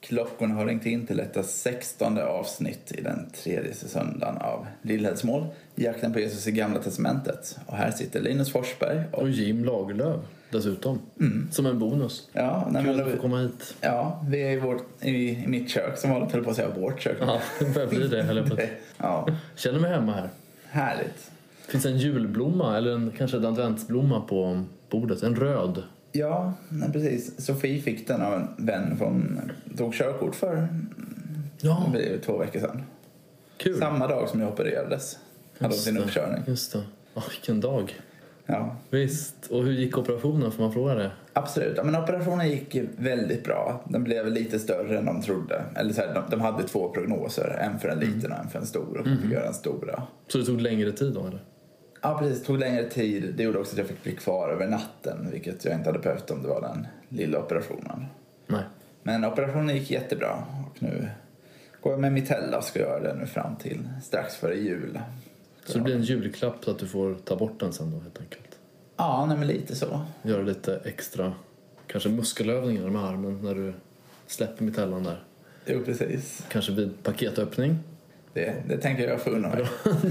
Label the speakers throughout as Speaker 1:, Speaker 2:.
Speaker 1: Klockorna har ringt in till detta 16:e avsnitt i den 3:e söndagen av Lillhällsmål, jakten på Jesus i Gamla testamentet. Och här sitter Linus Forsberg
Speaker 2: och Jim Lagerlöf dessutom, som en bonus.
Speaker 1: Ja,
Speaker 2: kul att få komma hit.
Speaker 1: Ja, vi är i mitt kök, som vanligt höll på att säga vårt kök.
Speaker 2: Ja, det börjar bli det.
Speaker 1: Ja.
Speaker 2: Känner mig hemma här.
Speaker 1: Härligt.
Speaker 2: Finns en julblomma eller kanske en adventsblomma på bordet, en röd.
Speaker 1: Ja, precis. Sofie fick den av en vän som tog körkort för 2 veckor sedan.
Speaker 2: Kul.
Speaker 1: Samma dag som jag opererades hade sin uppkörning.
Speaker 2: Just det. Vilken dag.
Speaker 1: Ja.
Speaker 2: Visst. Och hur gick operationen, får man fråga det?
Speaker 1: Absolut. Ja, men operationen gick väldigt bra. Den blev lite större än de trodde. Eller så här, de hade 2 prognoser. En för en liten och en för en stor. Och de fick göra den stora.
Speaker 2: Så det tog längre tid då, eller?
Speaker 1: Ja, precis. Det tog längre tid. Det gjorde också att jag fick bli kvar över natten. Vilket jag inte hade behövt om det var den lilla operationen.
Speaker 2: Nej.
Speaker 1: Men operationen gick jättebra. Och nu går jag med Mitella och ska göra det nu fram till strax före jul.
Speaker 2: Så det blir en julklapp så att du får ta bort den sen då, helt enkelt?
Speaker 1: Ja, men lite så.
Speaker 2: Göra lite extra, kanske muskelövningar med armen när du släpper Mitellan där.
Speaker 1: Jo, precis.
Speaker 2: Kanske vid paketöppning.
Speaker 1: Det tänker jag få undan mig.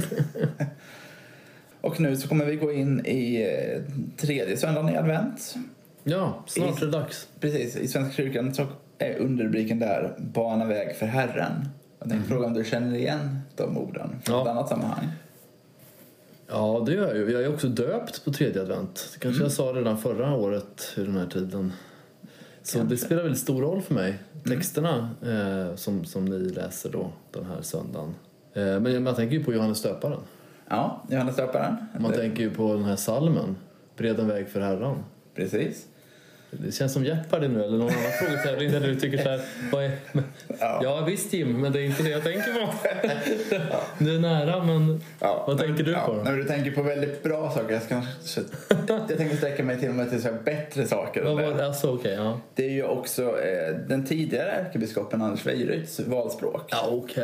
Speaker 1: Och nu så kommer vi gå in i 3:e söndagen i advent.
Speaker 2: Ja, snart är det dags.
Speaker 1: Precis, i Svenska kyrkan så är underrubriken där Bana väg för Herren. Jag tänkte fråga om du känner igen de orden från ett annat sammanhang.
Speaker 2: Ja, det gör jag ju. Jag är också döpt på 3:e advent. Det kanske jag sa redan förra året i den här tiden. Så det spelar väldigt stor roll för mig. Texterna som ni läser då den här söndagen. Men man tänker ju på Johannes Döparen.
Speaker 1: Ja, Johannes Döparen.
Speaker 2: Man tänker ju på den här salmen. Bred en väg för Herren.
Speaker 1: Precis.
Speaker 2: Det känns som Jeopardy nu, eller någon annan frågetävling där du tycker så här, vad är... Ja, visst Jim, men det är inte det jag tänker på. Du är nära, men vad tänker du på då?
Speaker 1: När du tänker på väldigt bra saker, jag tänker sträcka mig till och med till så här bättre saker. Det är ju också den tidigare ärkebiskopen Anders Weiryds valspråk.
Speaker 2: Ja, okej,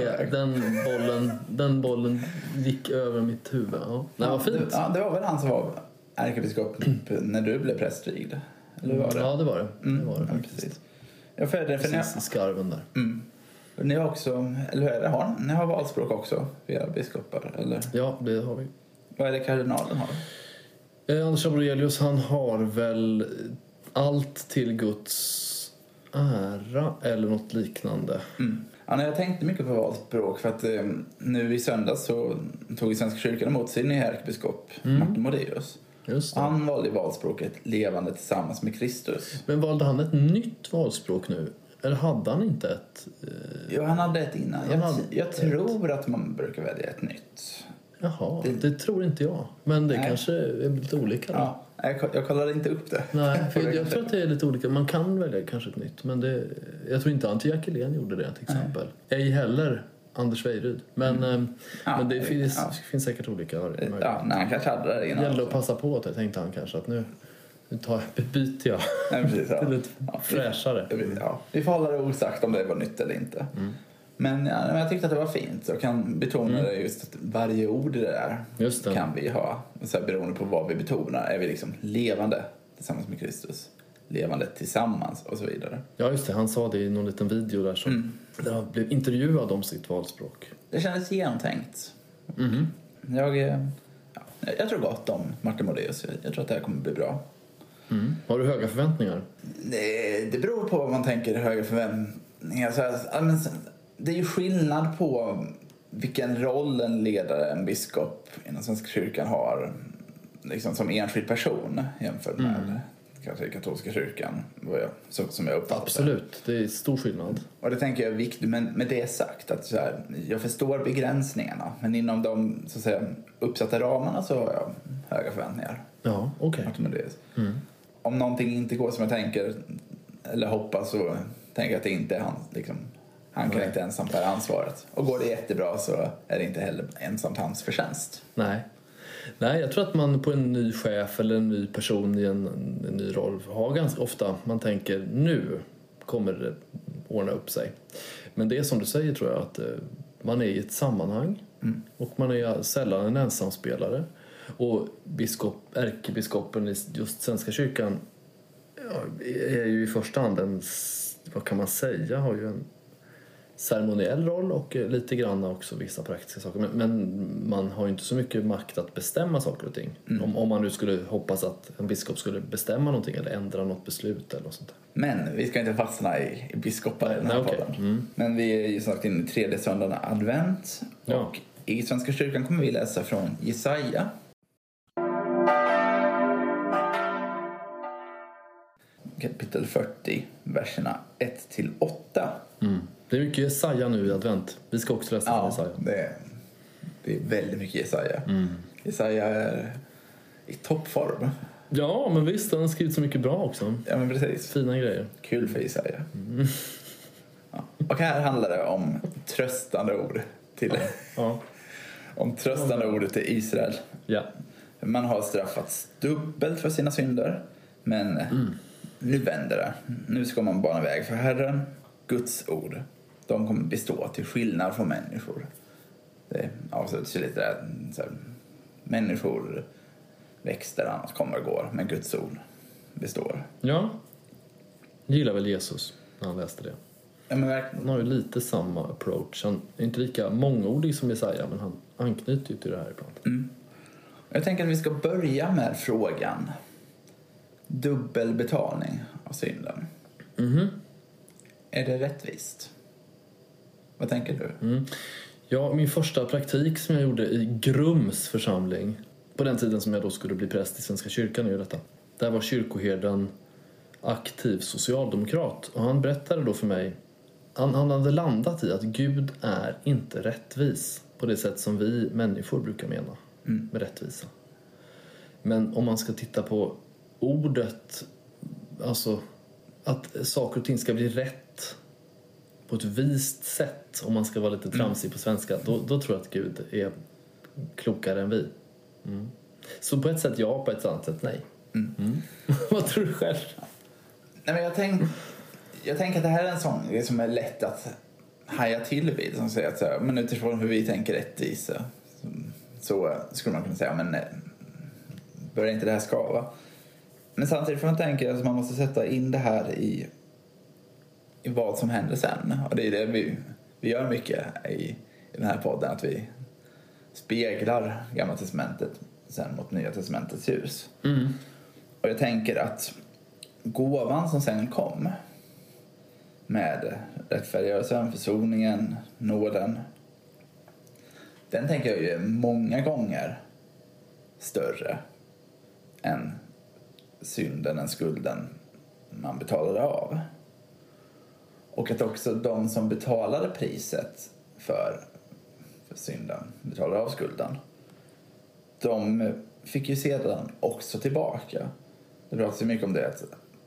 Speaker 2: den bollen gick över mitt huvud. Ja. Det var fint.
Speaker 1: Ja, det var väl han som var ärkebiskop när du blev prästvigd. Eller var det?
Speaker 2: Ja, det var det. Det var det
Speaker 1: precis. Jag följde
Speaker 2: precis i skarven där.
Speaker 1: Ni har också, eller hur är det? Ni har valspråk också, era biskopar, eller?
Speaker 2: Ja, det har vi.
Speaker 1: Vad är det kardinalen har?
Speaker 2: Anders Abrelius, han har väl allt till Guds ära eller något liknande.
Speaker 1: Ja, jag tänkte mycket på valspråk för att nu i söndags så tog Svenska kyrkan emot sin nya ärkebiskop Martin Modéus. Han valde valspråket levande tillsammans med Kristus.
Speaker 2: Men valde han ett nytt valspråk nu? Eller hade han inte ett?
Speaker 1: Jo, han hade ett innan. Jag tror att man brukar välja ett nytt.
Speaker 2: Jaha, det tror inte jag. Men det kanske är lite olika då.
Speaker 1: Ja, jag kollade inte upp det.
Speaker 2: Nej, för jag tror att det är lite olika. Man kan välja kanske ett nytt. Men jag tror inte Antje Jackelén gjorde det till exempel. Ej heller Anders Weiryd. Men det finns säkert olika.
Speaker 1: Han kanske hade det innan.
Speaker 2: Det gällde att passa på det, tänkte han kanske. Att nu byter jag.
Speaker 1: Nej, precis,
Speaker 2: till lite fräschare.
Speaker 1: Vi får hålla det osagt om det var nytt eller inte. Men jag tyckte att det var fint. Jag kan betona det just att varje ord i det där kan vi ha. Så här, beroende på vad vi betonar är vi liksom levande tillsammans med Kristus. Levande tillsammans och så vidare.
Speaker 2: Ja, just det. Han sa det i någon liten video där där han blev intervjuad om sitt valspråk.
Speaker 1: Det kändes genomtänkt. Jag tror gott om Martin Modéus. Jag tror att det här kommer bli bra.
Speaker 2: Har du höga förväntningar?
Speaker 1: Det beror på vad man tänker höga förväntningar. Det är ju skillnad på vilken roll en ledare, en biskop inom Svenska kyrkan har liksom som enskild person jämfört med kanske katolska kyrkan, som jag uppfattar.
Speaker 2: Absolut, det är stor skillnad.
Speaker 1: Och det tänker jag är viktigt, men med det sagt att så här, jag förstår begränsningarna, men inom de så att säga, uppsatta ramarna så har jag höga förväntningar.
Speaker 2: Ja, okej.
Speaker 1: Om någonting inte går som jag tänker eller hoppas, så tänker jag att det inte är han liksom. Han kan inte ensam ta ansvaret. Och går det jättebra så är det inte heller ensamt hans förtjänst.
Speaker 2: Nej, jag tror att man på en ny chef eller en ny person i en ny roll har ganska ofta, man tänker nu kommer det ordna upp sig. Men det är som du säger, tror jag, att man är i ett sammanhang och man är sällan en ensamspelare. Och ärkebiskopen i just Svenska kyrkan är ju i första hand vad kan man säga, har ju en ceremoniell roll och lite grann också vissa praktiska saker. Men man har ju inte så mycket makt att bestämma saker och ting. Om man nu skulle hoppas att en biskop skulle bestämma någonting eller ändra något beslut eller något sånt där.
Speaker 1: Men vi ska inte fastna i biskopar i den här podden. Men vi är ju snart inne i 3:e söndagen advent. Och i Svenska kyrkan kommer vi läsa från Jesaja. Kapitel 40, verserna 1-8.
Speaker 2: Det är mycket Jesaja nu i advent. Vi ska också läsa Jesaja.
Speaker 1: Det är väldigt mycket Jesaja. Jesaja är i toppform.
Speaker 2: Ja, men visst, han har skrivit så mycket bra också.
Speaker 1: Ja, men precis.
Speaker 2: Fina grejer.
Speaker 1: Kul för Jesaja. Ja. Och här handlar det om tröstande ord om tröstande ord till Israel.
Speaker 2: Ja.
Speaker 1: Man har straffats dubbelt för sina synder. Men nu vänder det. Nu ska man bana väg för Herren. Guds ord. De kommer bestå till skillnad från människor. Det avslutas ju lite där. Så här, människor växter, annars kommer och går. Men Guds ord består.
Speaker 2: Ja. Gillar väl Jesus när han läste det.
Speaker 1: Ja, men verkligen.
Speaker 2: Han har ju lite samma approach. Han är inte lika mångordig som Jesaja, men han anknyter ju till det här ibland.
Speaker 1: Jag tänker att vi ska börja med frågan. Dubbelbetalning av synden. Är det rättvist? Vad tänker du?
Speaker 2: Ja, min första praktik som jag gjorde i Grums församling, på den tiden som jag då skulle bli präst i Svenska kyrkan, är ju detta. Där var kyrkoherden aktiv socialdemokrat. Och han berättade då för mig, han hade landat i att Gud är inte rättvis på det sätt som vi människor brukar mena med rättvisa. Men om man ska titta på ordet, alltså att saker och ting ska bli rätt på ett vist sätt, om man ska vara lite tramsig på svenska, då tror jag att Gud är klokare än vi. Så på ett sätt ja, på ett annat sätt nej. Vad tror du själv?
Speaker 1: Nej, men jag tänker att det här är en sån grej som är lätt att haja till vid, som säger att så här, men utifrån hur vi tänker rättvisa så skulle man kunna säga, men börjar inte det här skava? Men samtidigt får man tänka att man måste sätta in det här i vad som händer sen. Och det är det vi gör mycket i den här podden, att vi speglar Gamla testamentet sen mot Nya testamentets ljus. Och jag tänker att gåvan som sen kom med rättfärdiggörelsen, försoningen, nåden, den tänker jag ju är många gånger större än synden, än skulden man betalade av. Och att också de som betalade priset för synden, betalade av skulden, de fick ju sedan också tillbaka. Det pratas ju mycket om det, att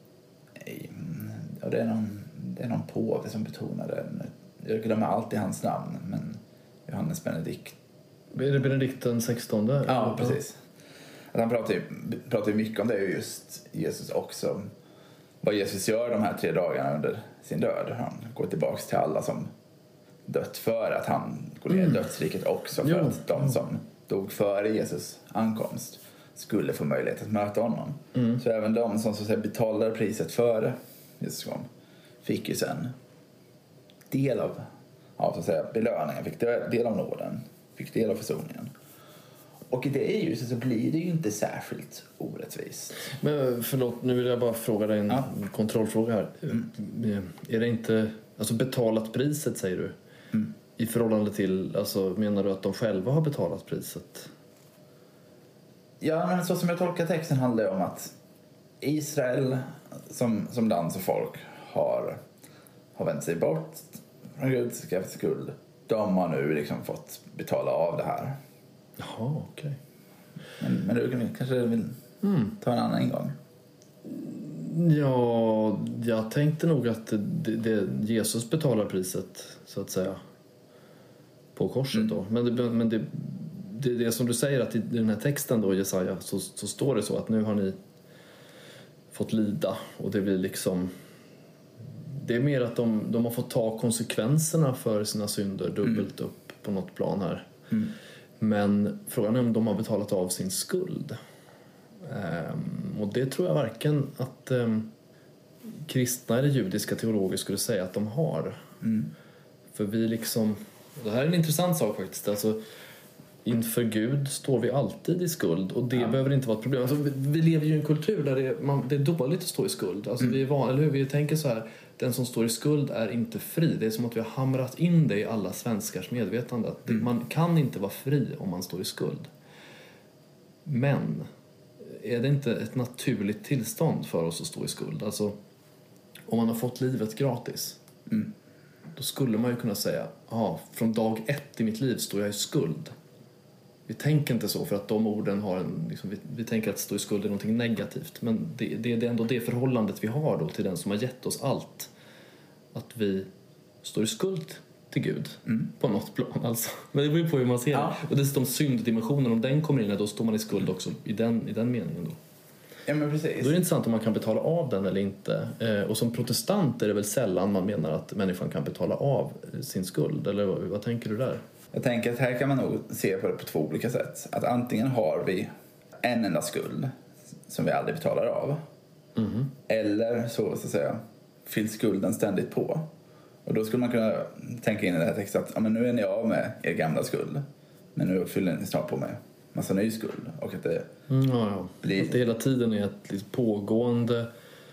Speaker 1: det är någon påve som betonar det. Jag glömmer alltid hans namn, men Johannes Benedikt.
Speaker 2: Är det Benedikt den 16?
Speaker 1: Ja, precis. Att han pratar ju mycket om det, just Jesus också. Vad Jesus gör de här 3 dagarna under sin död. Han går tillbaks till alla som dött, för att han går ner i dödsriket också, för att de som dog före Jesus ankomst skulle få möjlighet att möta honom. Så även de som så att säga betalade priset före Jesus kom fick ju sen del av så att säga belöningen, fick del av nåden, fick del av försoningen. Och i det ljuset så blir det ju inte särskilt orättvist.
Speaker 2: Men förlåt, nu vill jag bara fråga dig en kontrollfråga här. Är det inte, alltså betalat priset, säger du? I förhållande till, alltså menar du att de själva har betalat priset?
Speaker 1: Ja, men så som jag tolkar texten handlar det om att Israel som land och folk har vänt sig bort från Guds skuld. De har nu liksom fått betala av det här.
Speaker 2: Jaha, okej.
Speaker 1: Men du kanske vill ta en annan ingång?
Speaker 2: Ja, jag tänkte nog att Jesus betalar priset, så att säga, på korset då. Men det är som du säger, att i den här texten då, Jesaja, så står det så att nu har ni fått lida, och det blir liksom, det är mer att de har fått ta konsekvenserna för sina synder dubbelt upp på något plan här. Men frågan är om de har betalat av sin skuld. Och det tror jag varken att kristna eller judiska teologer skulle säga att de har. För vi liksom, det här är en intressant sak faktiskt, alltså inför Gud står vi alltid i skuld, och det behöver inte vara ett problem. Alltså, vi lever ju i en kultur där det är dåligt att stå i skuld. Alltså, vi är van, eller hur? Vi tänker så här, den som står i skuld är inte fri. Det är som att vi har hamrat in det i alla svenskars medvetande. Att man kan inte vara fri om man står i skuld. Men är det inte ett naturligt tillstånd för oss att stå i skuld? Alltså, om man har fått livet gratis, då skulle man ju kunna säga, från dag 1 i mitt liv står jag i skuld. Vi tänker inte så, för att de orden har vi tänker att stå i skuld är någonting negativt. Men det är ändå det förhållandet vi har då till den som har gett oss allt. Att vi står i skuld till Gud på något plan alltså. Men det beror ju på hur man ser det. Och dessutom synddimensionen, om den kommer in, då står man i skuld också i den meningen då.
Speaker 1: Ja, men precis.
Speaker 2: Då är det intressant om man kan betala av den eller inte. Och som protestant är det väl sällan man menar att människan kan betala av sin skuld. Eller vad tänker du där?
Speaker 1: Jag tänker att här kan man nog se på det på 2 olika sätt. Att antingen har vi en enda skuld som vi aldrig betalar av. Eller så att säga fylls skulden ständigt på. Och då skulle man kunna tänka in i det här texten att men nu är ni av med er gamla skuld. Men nu fyller ni snart på med massa ny skuld. Och att det blir...
Speaker 2: Att det hela tiden är ett pågående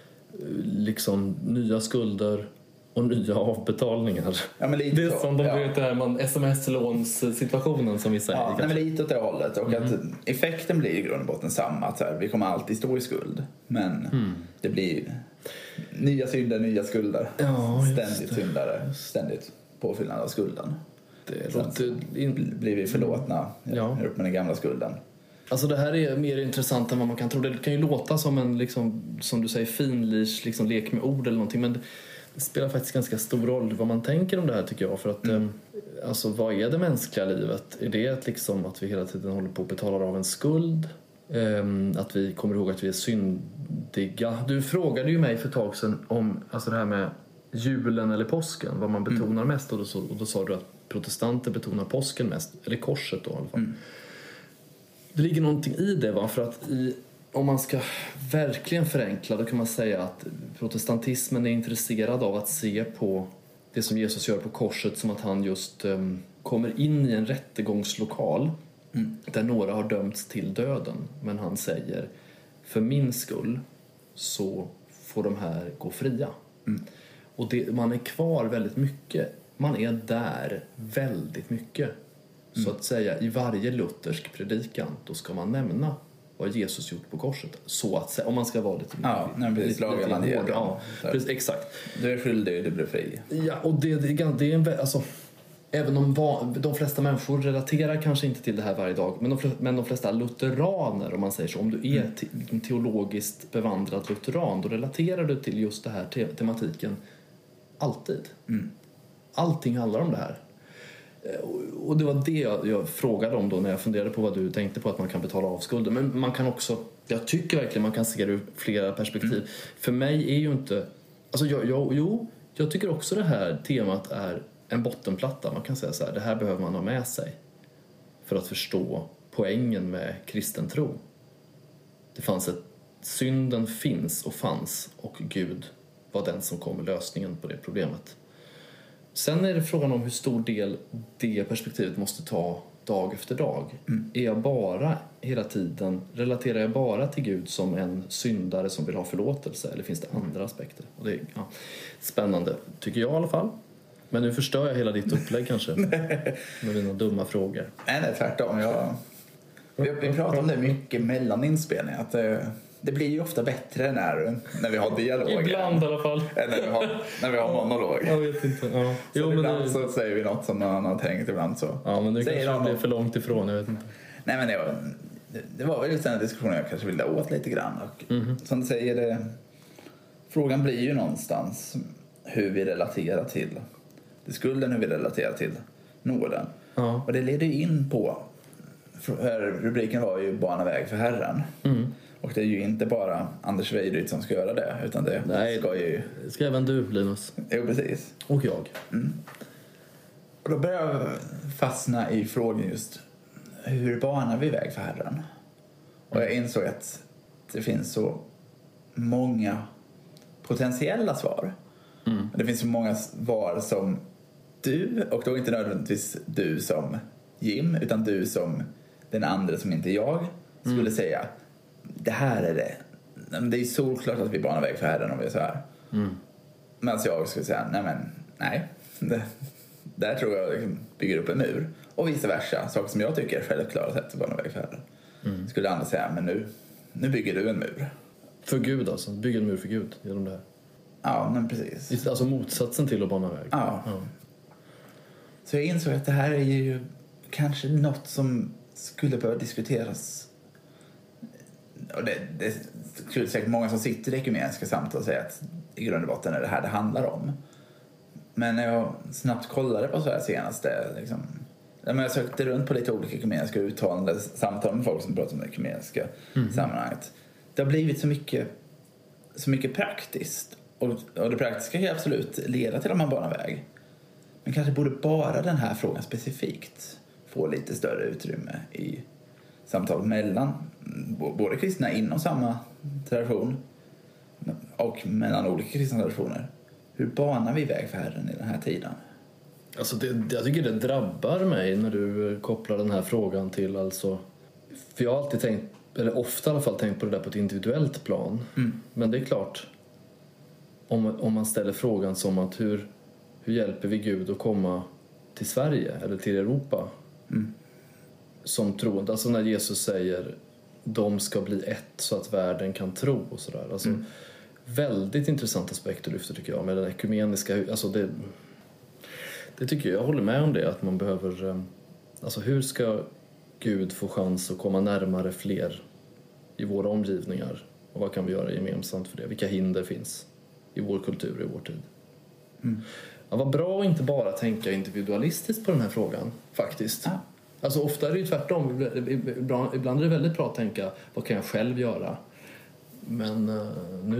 Speaker 2: liksom nya skulder och nya avbetalningar.
Speaker 1: Ja, men lite
Speaker 2: det är
Speaker 1: så.
Speaker 2: som de vet här, sms-låns-situationen som vi säger.
Speaker 1: Ja, men lite åt det hållet. Och att effekten blir i grund och botten samma. Att så här, vi kommer alltid stå i skuld. Men det blir nya synder, nya skulder.
Speaker 2: Ja,
Speaker 1: ständigt syndare, ständigt påfyllande av skulden.
Speaker 2: Det
Speaker 1: blir vi förlåtna upp med den gamla skulden.
Speaker 2: Alltså det här är mer intressant än vad man kan tro. Det kan ju låta som en, liksom, som du säger, finlish liksom, lek med ord eller någonting. Men det spelar faktiskt ganska stor roll vad man tänker om det här, tycker jag. För att, alltså, vad är det mänskliga livet? Är det liksom att vi hela tiden håller på att betala av en skuld? Att vi kommer ihåg att vi är syndiga? Du frågade ju mig för ett tag sedan om alltså det här med julen eller påsken. Vad man betonar mest. Och då sa du att protestanter betonar påsken mest. Eller korset då i alla fall. Det ligger någonting i det, va? För att om man ska verkligen förenkla, då kan man säga att protestantismen är intresserad av att se på det som Jesus gör på korset som att han just kommer in i en rättegångslokal där några har dömts till döden. Men han säger, för min skull så får de här gå fria. Och man är kvar väldigt mycket. Man är där väldigt mycket. Så att säga, i varje luthersk predikan, då ska man nämna vad Jesus gjort på korset. Så att säga, om man ska vara lite...
Speaker 1: Ja, precis. Lagar man det.
Speaker 2: Ja, precis, exakt.
Speaker 1: Du är skyldig, du blir fri.
Speaker 2: Ja, och det är en... Alltså, även om de flesta människor relaterar kanske inte till det här varje dag, men de flesta lutheraner, om man säger så, om du är teologiskt bevandrad lutheran, då relaterar du till just det här tematiken alltid. Allting handlar om det här. Och det var det jag frågade om då när jag funderade på vad du tänkte på, att man kan betala av skulden. Men man kan också, jag tycker verkligen man kan se det ur flera perspektiv. För mig är ju inte, alltså jag tycker också det här temat är en bottenplatta. Man kan säga så här, det här behöver man ha med sig för att förstå poängen med kristen tro. Det fanns synden finns och fanns, och Gud var den som kom med lösningen på det problemet. Sen är det frågan om hur stor del det perspektivet måste ta dag efter dag. Är jag bara hela tiden, relaterar jag bara till Gud som en syndare som vill ha förlåtelse, eller finns det andra aspekter? Och det är spännande, tycker jag i alla fall. Men nu förstör jag hela ditt upplägg kanske med dina dumma frågor.
Speaker 1: Nej, tvärtom. Vi pratar om det mycket mellan inspelningar. Att det blir ju ofta bättre när vi har dialoger.
Speaker 2: Ibland i alla fall.
Speaker 1: När vi har monolog.
Speaker 2: Jag vet inte. Ja.
Speaker 1: Så ibland så säger vi något som någon annan har tänkt, ibland så.
Speaker 2: Ja, men det kanske blir för långt ifrån, jag vet inte.
Speaker 1: Nej, men det var väl just den diskussionen jag kanske ville åt lite grann. Och som du säger, frågan blir ju någonstans hur vi relaterar till skulden, hur vi relaterar till nåden. Ja. Och det leder ju in på, rubriken var ju Bana väg för Herren. Och det är ju inte bara Anders Weidryd som ska göra det, utan det
Speaker 2: ska även du, Linus.
Speaker 1: Jo, precis.
Speaker 2: Och jag.
Speaker 1: Och då börjar jag fastna i frågan just, hur banar vi väg för Herren? Och jag insåg att det finns så många potentiella svar. Det finns så många svar som du, och då inte nödvändigtvis du som Jim, utan du som den andra som inte jag skulle säga, det här är det. Det är solklart att vi banar väg för Herren om vi är så här. Men jag skulle säga, nej. Där tror jag liksom bygger upp en mur. Och vice versa, saker som jag tycker är självklara sätt att bana väg för Herren. Skulle andra säga, men nu bygger du en mur.
Speaker 2: För Gud alltså, bygger en mur för Gud genom det här.
Speaker 1: Ja, men precis.
Speaker 2: Alltså motsatsen till att bana väg.
Speaker 1: Ja. Så jag insåg att det här är ju kanske något som skulle behöva diskuteras. Och det skulle säkert många som sitter i ekumeniska samtal säga att i grund och botten är det här det handlar om. Men när jag snabbt kollade på så här senaste liksom, jag sökte runt på lite olika ekumeniska uttalanden, samtal med folk som pratar om det ekumeniska sammanhanget. Det har blivit så mycket praktiskt. Och det praktiska kan absolut leda till att man banar väg. Men kanske borde bara den här frågan specifikt få lite större utrymme i samtal mellan både kristna inom samma tradition och mellan olika kristna traditioner. Hur banar vi väg för Herren i den här tiden?
Speaker 2: Alltså jag tycker det drabbar mig när du kopplar den här frågan till alltså, för jag har alltid tänkt, eller ofta i alla fall tänkt på det där på ett individuellt plan. Men det är klart, om man ställer frågan som att hur hjälper vi Gud att komma till Sverige eller till Europa som troende, alltså när Jesus säger de ska bli ett så att världen kan tro och sådär, alltså väldigt intressant aspekt du lyfter tycker jag med den ekumeniska, alltså det tycker jag håller med om det, att man behöver, alltså hur ska Gud få chans att komma närmare fler i våra omgivningar och vad kan vi göra gemensamt för det, vilka hinder finns i vår kultur, i vår tid. Ja, vad bra att inte bara tänka individualistiskt på den här frågan faktiskt. Alltså ofta är det ju tvärtom, ibland är det väldigt bra att tänka vad kan jag själv göra, men nu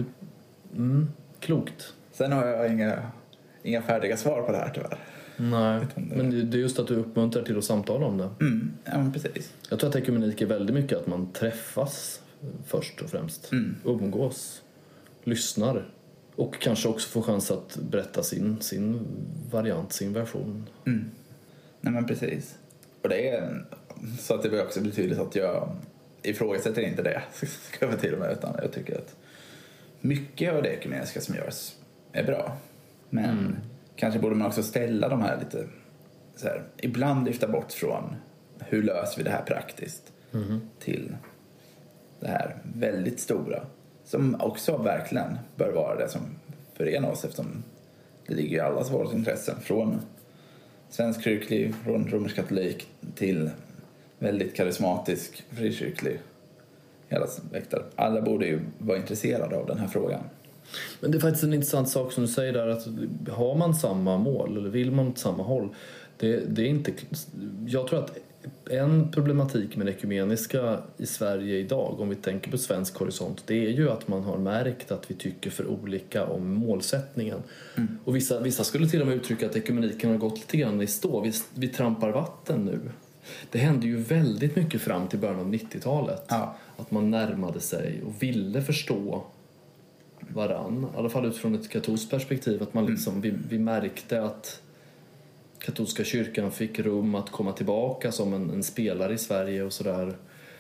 Speaker 2: klokt.
Speaker 1: Sen har jag inga färdiga svar på det här tyvärr.
Speaker 2: Nej, men det är just att du uppmuntrar till att samtala om det.
Speaker 1: Ja, men precis.
Speaker 2: Jag tror att ekumenik är väldigt mycket att man träffas först och främst. Umgås, lyssnar och kanske också får chans att berätta sin variant, sin version.
Speaker 1: Nej, men precis. Och det är så att det också blir tydligt att jag ifrågasätter inte det, ska jag till och med, utan jag tycker att mycket av det ekumeniska som görs är bra. Men kanske borde man också ställa de här lite så här, ibland lyfta bort från hur löser vi det här praktiskt till det här väldigt stora som också verkligen bör vara det som förenar oss, eftersom det ligger i allas vårt intressen, från svensk kyrklig, från romersk katolik till väldigt karismatisk frikyrklig, hela väktare. Alla borde ju vara intresserade av den här frågan.
Speaker 2: Men det är faktiskt en intressant sak som du säger där, att har man samma mål eller vill man åt samma håll, det är inte, jag tror att en problematik med det ekumeniska i Sverige idag, om vi tänker på svensk horisont, det är ju att man har märkt att vi tycker för olika om målsättningen. Och vissa skulle till och med uttrycka att ekumeniken har gått lite grann i stå. Vi trampar vatten nu. Det hände ju väldigt mycket fram till början av 90-talet. Att man närmade sig och ville förstå varann. I alla fall utifrån ett katolskt perspektiv. Att man liksom, vi märkte att katolska kyrkan fick rum att komma tillbaka som en spelare i Sverige och sådär.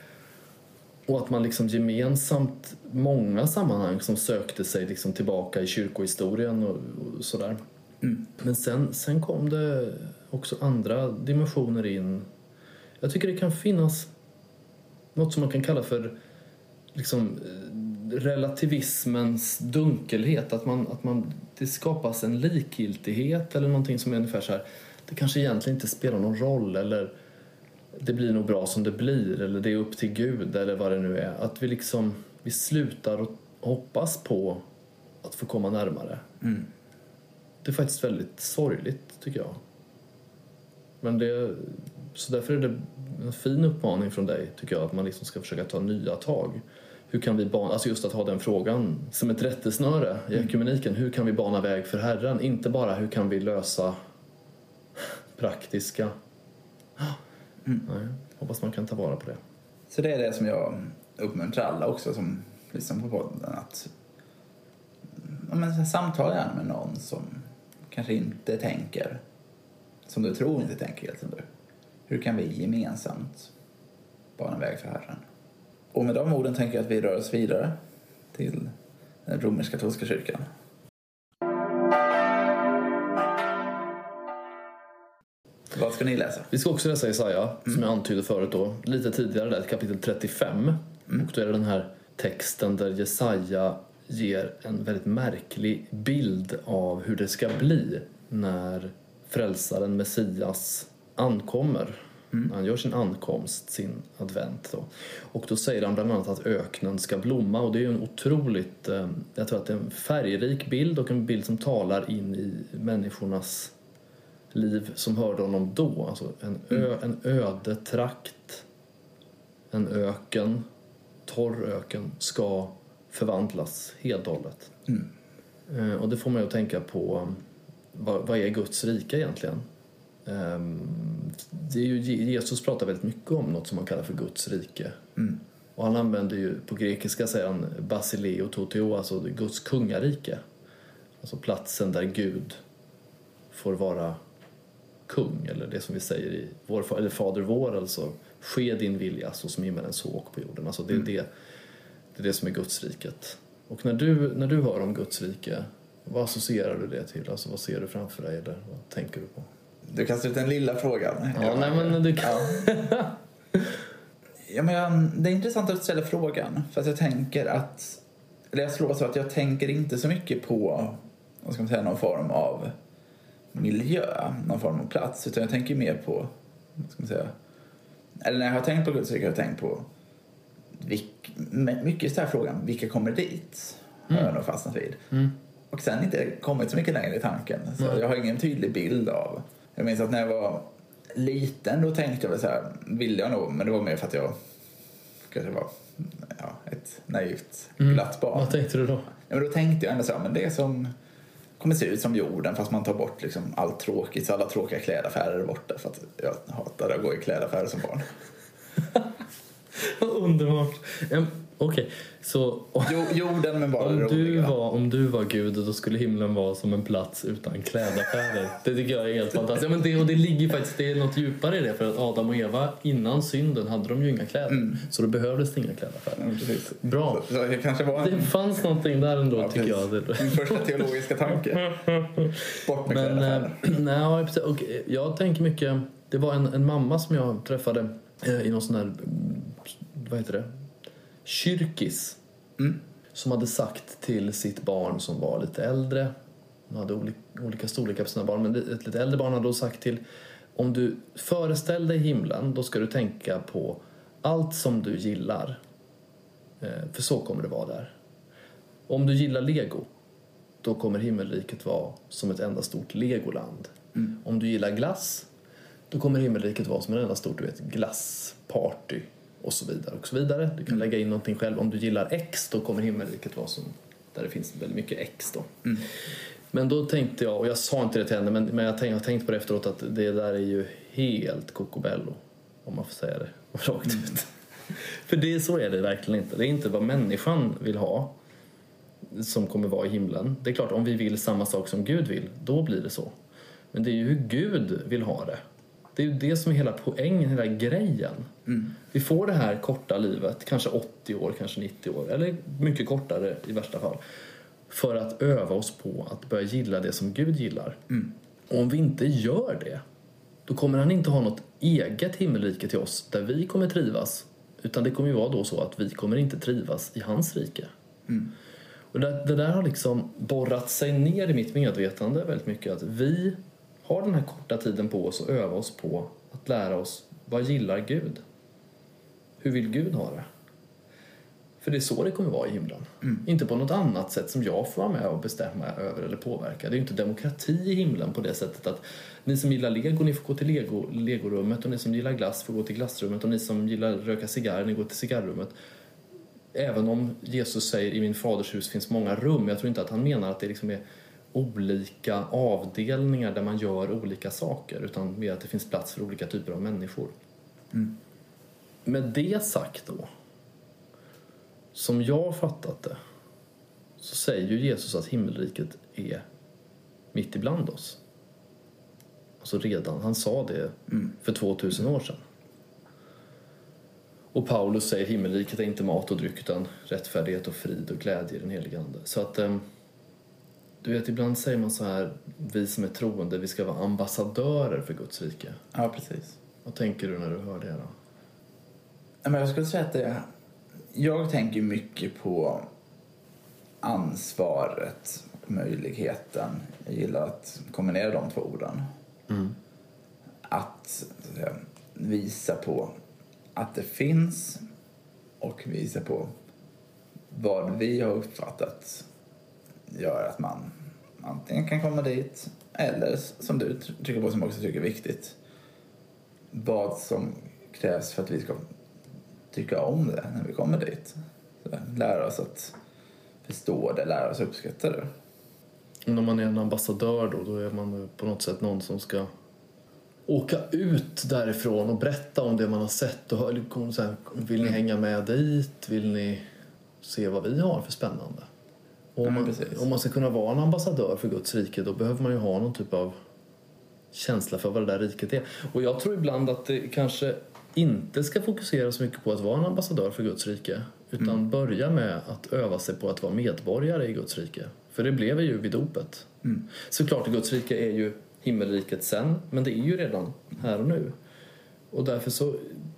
Speaker 2: Och att man liksom gemensamt, många sammanhang som sökte sig liksom tillbaka i kyrkohistorien och sådär. Men sen kom det också andra dimensioner in. Jag tycker det kan finnas något som man kan kalla för liksom relativismens dunkelhet, att det skapas en likgiltighet eller någonting som är ungefär så här, det kanske egentligen inte spelar någon roll, eller det blir nog bra som det blir, eller det är upp till Gud, eller vad det nu är, att vi slutar att hoppas på att få komma närmare. Det är faktiskt väldigt sorgligt tycker jag, men så därför är det en fin uppmaning från dig tycker jag, att man liksom ska försöka ta nya tag. Hur kan vi alltså just att ha den frågan som ett rättesnöre i ekumeniken. Hur kan vi bana väg för Herren? Inte bara hur kan vi lösa praktiska. Nej, hoppas man kan ta vara på det.
Speaker 1: Så det är det som jag uppmuntrar alla också som lyssnar på podden, att samtala gärna med någon som kanske inte tänker som du tror inte tänker helt som du. Hur kan vi gemensamt bana en väg för Herren? Och med de orden tänker jag att vi rör oss vidare till den romersk-katolska kyrkan. Vad ska ni läsa?
Speaker 2: Vi ska också läsa Jesaja, som jag antydde förut då. Lite tidigare där, kapitel 35. Och då är det den här texten där Jesaja ger en väldigt märklig bild av hur det ska bli när frälsaren Messias ankommer. Han gör sin ankomst, sin advent då. Och då säger han bland annat att öknen ska blomma. Och det är ju en otroligt, jag tror att det är en färgrik bild och en bild som talar in i människornas liv som hörde honom då. Alltså en öde trakt, en öken, torr öken ska förvandlas helt och hållet. Och det får man ju att tänka på, vad är Guds rike egentligen? Det är ju, Jesus pratar väldigt mycket om något som man kallar för Guds rike. Och han använder ju, på grekiska säger han basileo toteo, alltså Guds kungarike. Alltså platsen där Gud får vara kung, eller det som vi säger i eller Fader vår, alltså ske din vilja så som himmelen så och på jorden. Alltså det är det som är Guds riket. Och när du hör om Guds rike, vad associerar du det till? Alltså vad ser du framför dig, eller vad tänker du på?
Speaker 1: Du kastar ut den lilla frågan.
Speaker 2: Ja, nej, men du kan...
Speaker 1: Ja, men det är intressant att du ställer frågan. För att jag tänker att... Eller jag slår så att jag tänker inte så mycket på, vad ska man säga, någon form av miljö, någon form av plats. Utan jag tänker mer på, vad ska man säga... Eller när jag har tänkt på Guds rike har jag tänkt på... mycket så här frågan, vilka kommer dit? Har jag nog fastnat vid. Och sen inte kommit så mycket längre i tanken. Så jag har ingen tydlig bild av... Jag minns att när jag var liten då tänkte jag väl så här, ville jag nog, men det var mer för att jag kanske var ett naivt glatt barn.
Speaker 2: Vad tänkte du då?
Speaker 1: Ja, men då tänkte jag ändå så här, men det som kommer se ut som jorden fast man tar bort liksom allt tråkigt, så alla tråkiga klädaffärer är borta, för att jag hatade att gå i klädaffärer som barn.
Speaker 2: Vad underbart. Okej, så
Speaker 1: jorden, men bara
Speaker 2: om du var Gud, då skulle himlen vara som en plats utan klädaffärer. Det tycker jag är helt fantastiskt. Men det ligger faktiskt, det är något djupare i det, för att Adam och Eva innan synden hade de ju inga kläder. Så då behövdes det inga klädaffärer. Bra.
Speaker 1: Så det kanske var
Speaker 2: det fanns någonting där ändå, tycker jag.
Speaker 1: Min första teologiska tanke. Bort med klädaffärer.
Speaker 2: Nej, och jag tänker mycket, det var en mamma som jag träffade i någon sån här, vad heter det? Kyrkis, som hade sagt till sitt barn som var lite äldre, de hade olika storlekar på sina barn, men ett lite äldre barn hade då sagt till, om du föreställer dig himlen, då ska du tänka på allt som du gillar, för så kommer det vara där. Om du gillar Lego, då kommer himmelriket vara som ett enda stort Legoland. Om du gillar glass, då kommer himmelriket vara som en enda stort glassparty. Och så vidare och så vidare. Du kan lägga in någonting själv. Om du gillar X, då kommer himmelriket vara som där det finns väldigt mycket X då. Men då tänkte jag, och jag sa inte det till henne, men jag har tänkt på det efteråt, att det där är ju helt kokobello, om man får säga det rakt ut. För det, så är det verkligen inte. Det är inte vad människan vill ha som kommer vara i himlen. Det är klart, om vi vill samma sak som Gud vill, då blir det så. Men det är ju hur Gud vill ha det. Det är ju det som är hela poängen, hela grejen. Vi får det här korta livet, kanske 80 år, kanske 90 år, eller mycket kortare i värsta fall, för att öva oss på att börja gilla det som Gud gillar. Och om vi inte gör det, då kommer han inte ha något eget himmelrike till oss där vi kommer trivas, utan det kommer ju vara då så att vi kommer inte trivas i hans rike. Och det där har liksom borrat sig ner i mitt medvetande väldigt mycket, att vi har den här korta tiden på oss och öva oss på att lära oss, vad gillar Gud? Hur vill Gud ha det? För det är så det kommer vara i himlen. Inte på något annat sätt som jag får vara med och bestämma över eller påverka. Det är ju inte demokrati i himlen på det sättet att ni som gillar Lego, ni får gå till Legorummet, och ni som gillar glass får gå till glassrummet, och ni som gillar röka cigarr, ni går till cigarrummet. Även om Jesus säger i min faders hus finns många rum, jag tror inte att han menar att det liksom är olika avdelningar där man gör olika saker, utan mer att det finns plats för olika typer av människor. Med det sagt då, som jag fattat det, så säger ju Jesus att himmelriket är mitt ibland oss. Alltså redan, han sa det för 2000 år sedan. Och Paulus säger himmelriket är inte mat och dryck utan rättfärdighet och frid och glädje i den heliga ande. Så att du vet, ibland säger man så här, vi som är troende, vi ska vara ambassadörer för Guds rike.
Speaker 1: Ja, precis.
Speaker 2: Vad tänker du när du hör det då?
Speaker 1: Men jag skulle säga att jag tänker mycket på ansvaret och möjligheten. Jag gillar att kombinera de två orden. Att visa på att det finns och visa på vad vi har uppfattat gör att man antingen kan komma dit eller, som du trycker på, som också tycker är viktigt, vad som krävs för att vi ska tycka om det när vi kommer dit. Så lära oss att förstå det, lära oss uppskatta det.
Speaker 2: När man är en ambassadör då är man på något sätt någon som ska åka ut därifrån och berätta om det man har sett och vill ni hänga med dit, vill ni se vad vi har för spännande. Och om man ska kunna vara en ambassadör för Guds rike, då behöver man ju ha någon typ av känsla för vad det där riket är. Och jag tror ibland att det kanske inte ska fokusera så mycket på att vara en ambassadör för Guds rike, utan börja med att öva sig på att vara medborgare i Guds rike. För det blev ju vid dopet. Såklart, Guds rike är ju himmelriket sen, men det är ju redan här och nu. Och därför så,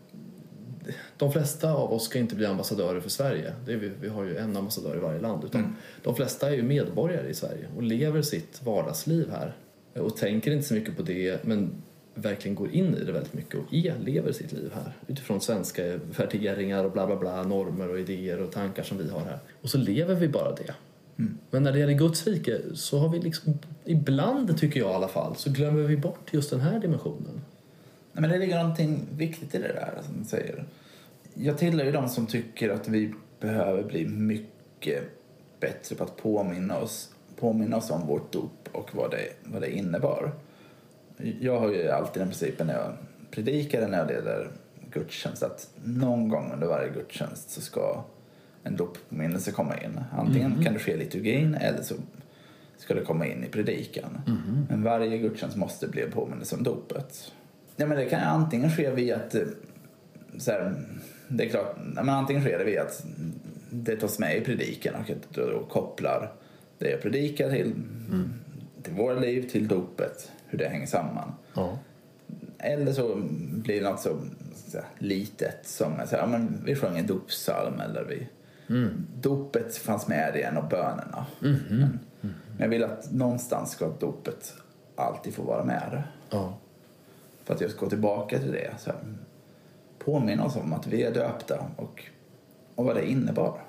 Speaker 2: de flesta av oss ska inte bli ambassadörer för Sverige. Vi har ju en ambassadör i varje land. Utan de flesta är ju medborgare i Sverige och lever sitt vardagsliv här. Och tänker inte så mycket på det, men verkligen går in i det väldigt mycket och lever sitt liv här. Utifrån svenska värderingar och bla bla bla, normer och idéer och tankar som vi har här. Och så lever vi bara det. Men när det gäller Guds rike så har vi liksom, ibland tycker jag i alla fall, så glömmer vi bort just den här dimensionen.
Speaker 1: Nej, men det ligger någonting viktigt i det där som du säger. Jag tillhör ju de som tycker att vi behöver bli mycket bättre på att påminna oss om vårt dop och vad det innebar. Jag har ju alltid den principen när jag predikar, när jag leder gudstjänst, att någon gång under varje gudstjänst så ska en doppåminnelse komma in. Antingen kan det ske i liturgin eller så ska det komma in i predikan. Men varje gudstjänst måste bli en påminnelse om dopet. Ja, men det kan antingen ske via att så här, det är klart, men antingen sker det via att det tas med i predikan och att då kopplar det jag predikar till våra liv, till dopet, hur det hänger samman. Eller så blir det något så litet som så här, men vi sjöng en dopsalm eller dopet fanns med igen och bönerna. Men jag vill att någonstans ska dopet alltid få vara med. För att jag ska gå tillbaka till det, så här, påminna oss om att vi är döpta och vad det innebar.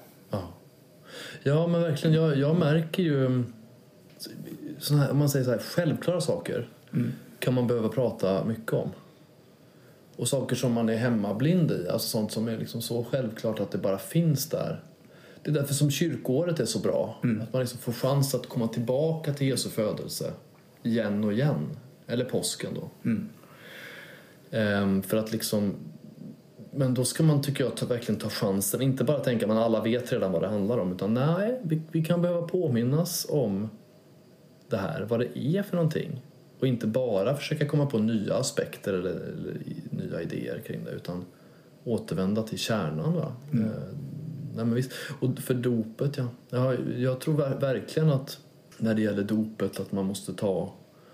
Speaker 2: Ja, men verkligen, jag märker ju såna här, om man säger så här, självklara saker kan man behöva prata mycket om. Och saker som man är hemmablind i, alltså sånt som är liksom så självklart att det bara finns där. Det är därför som kyrkåret är så bra. Att man liksom får chans att komma tillbaka till Jesu födelse igen och igen. Eller påsken då. För att liksom, men då ska man, tycker jag, verkligen ta chansen. Inte bara tänka att alla vet redan vad det handlar om. Utan nej, vi kan behöva påminnas om det här. Vad det är för någonting. Och inte bara försöka komma på nya aspekter eller nya idéer kring det. Utan återvända till kärnan. Va? Nej, men visst. Och för dopet, jag tror verkligen att när det gäller dopet att man måste ta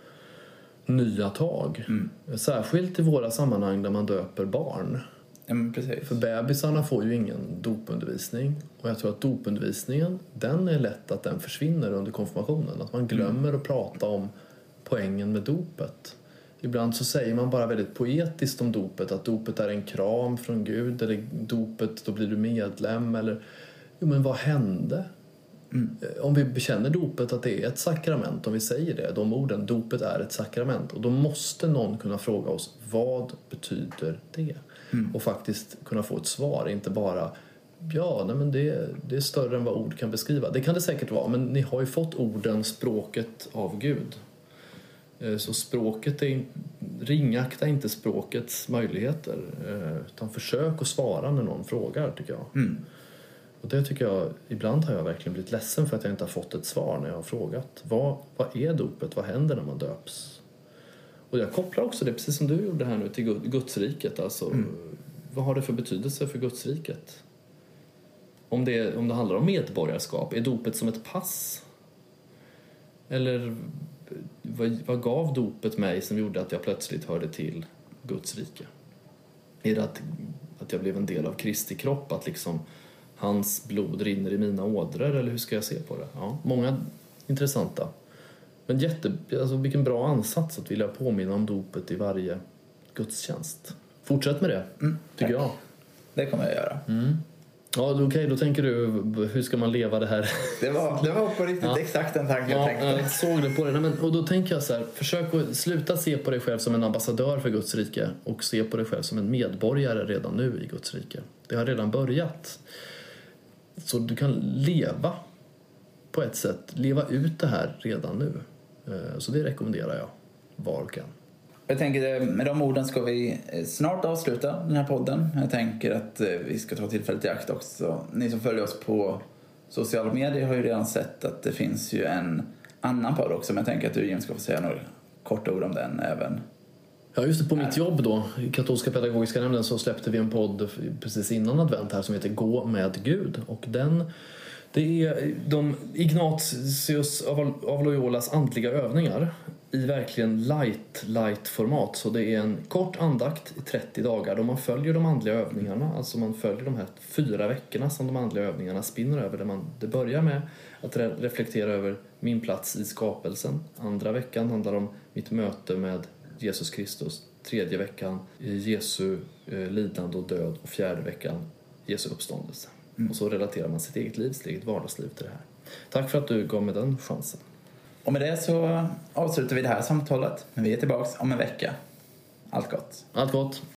Speaker 2: nya tag. Särskilt i våra sammanhang där man döper barn.
Speaker 1: Precis.
Speaker 2: För bebisarna får ju ingen dopundervisning. Och jag tror att dopundervisningen, den är lätt att den försvinner under konfirmationen. Att man glömmer att prata om poängen med dopet. Ibland så säger man bara väldigt poetiskt om dopet. Att dopet är en kram från Gud. Eller dopet, då blir du medlem. Eller, jo, men vad hände? Om vi bekänner dopet att det är ett sakrament, om vi säger det, de orden, dopet är ett sakrament, och då måste någon kunna fråga oss, vad betyder det? Och faktiskt kunna få ett svar, inte bara men det är större än vad ord kan beskriva. Det kan det säkert vara, men ni har ju fått orden, språket av Gud. Så språket ringakta inte språkets möjligheter, utan försök att svara när någon frågar, tycker jag. Och det tycker jag, ibland har jag verkligen blivit ledsen för att jag inte har fått ett svar när jag har frågat. Vad är dopet? Vad händer när man döps? Och jag kopplar också det, precis som du gjorde här nu, till Gudsriket. Alltså, vad har det för betydelse för Gudsriket? Om det handlar om medborgarskap, är dopet som ett pass? Eller vad gav dopet mig som gjorde att jag plötsligt hörde till Guds rike? Är det att jag blev en del av Kristi kropp, att liksom hans blod rinner i mina ådror, eller hur ska jag se på det? Ja, många intressanta. Men alltså vilken bra ansats att vilja påminna om dopet i varje gudstjänst. Fortsätt med det, tycker jag.
Speaker 1: Det kommer jag göra.
Speaker 2: Ja, okej, då tänker du, hur ska man leva det här?
Speaker 1: Det var på riktigt exakt den tanken jag tänkte.
Speaker 2: Jag såg det på det. Och då tänker jag så här, försök att sluta se på dig själv som en ambassadör för Guds rike och se på dig själv som en medborgare redan nu i Guds rike. Det har redan börjat. Så du kan leva på ett sätt, leva ut det här redan nu. Så det rekommenderar jag var och en. Jag
Speaker 1: tänker med de orden ska vi snart avsluta den här podden. Jag tänker att vi ska ta tillfället i akt också. Ni som följer oss på sociala medier har ju redan sett att det finns ju en annan podd också. Men jag tänker att du, Jim, ska få säga några korta ord om den även.
Speaker 2: Ja, just det, på mitt jobb då, i Katolska pedagogiska nämnden, så släppte vi en podd precis innan advent här som heter Gå med Gud. Och det är Ignatius av Loyolas andliga övningar i verkligen light-format. Så det är en kort andakt i 30 dagar då man följer de andliga övningarna. Alltså man följer de här 4 veckorna som de andliga övningarna spinner över. Det börjar med att reflektera över min plats i skapelsen. Andra veckan handlar om mitt möte med Jesus Kristus. 3:e veckan Jesu lidande och död. Och 4:e veckan Jesu uppståndelse. Och så relaterar man sitt eget liv, sitt eget vardagsliv till det här. Tack för att du gav mig den chansen.
Speaker 1: Och med det så avslutar vi det här samtalet. Vi är tillbaka om en vecka. Allt gott.
Speaker 2: Allt gott.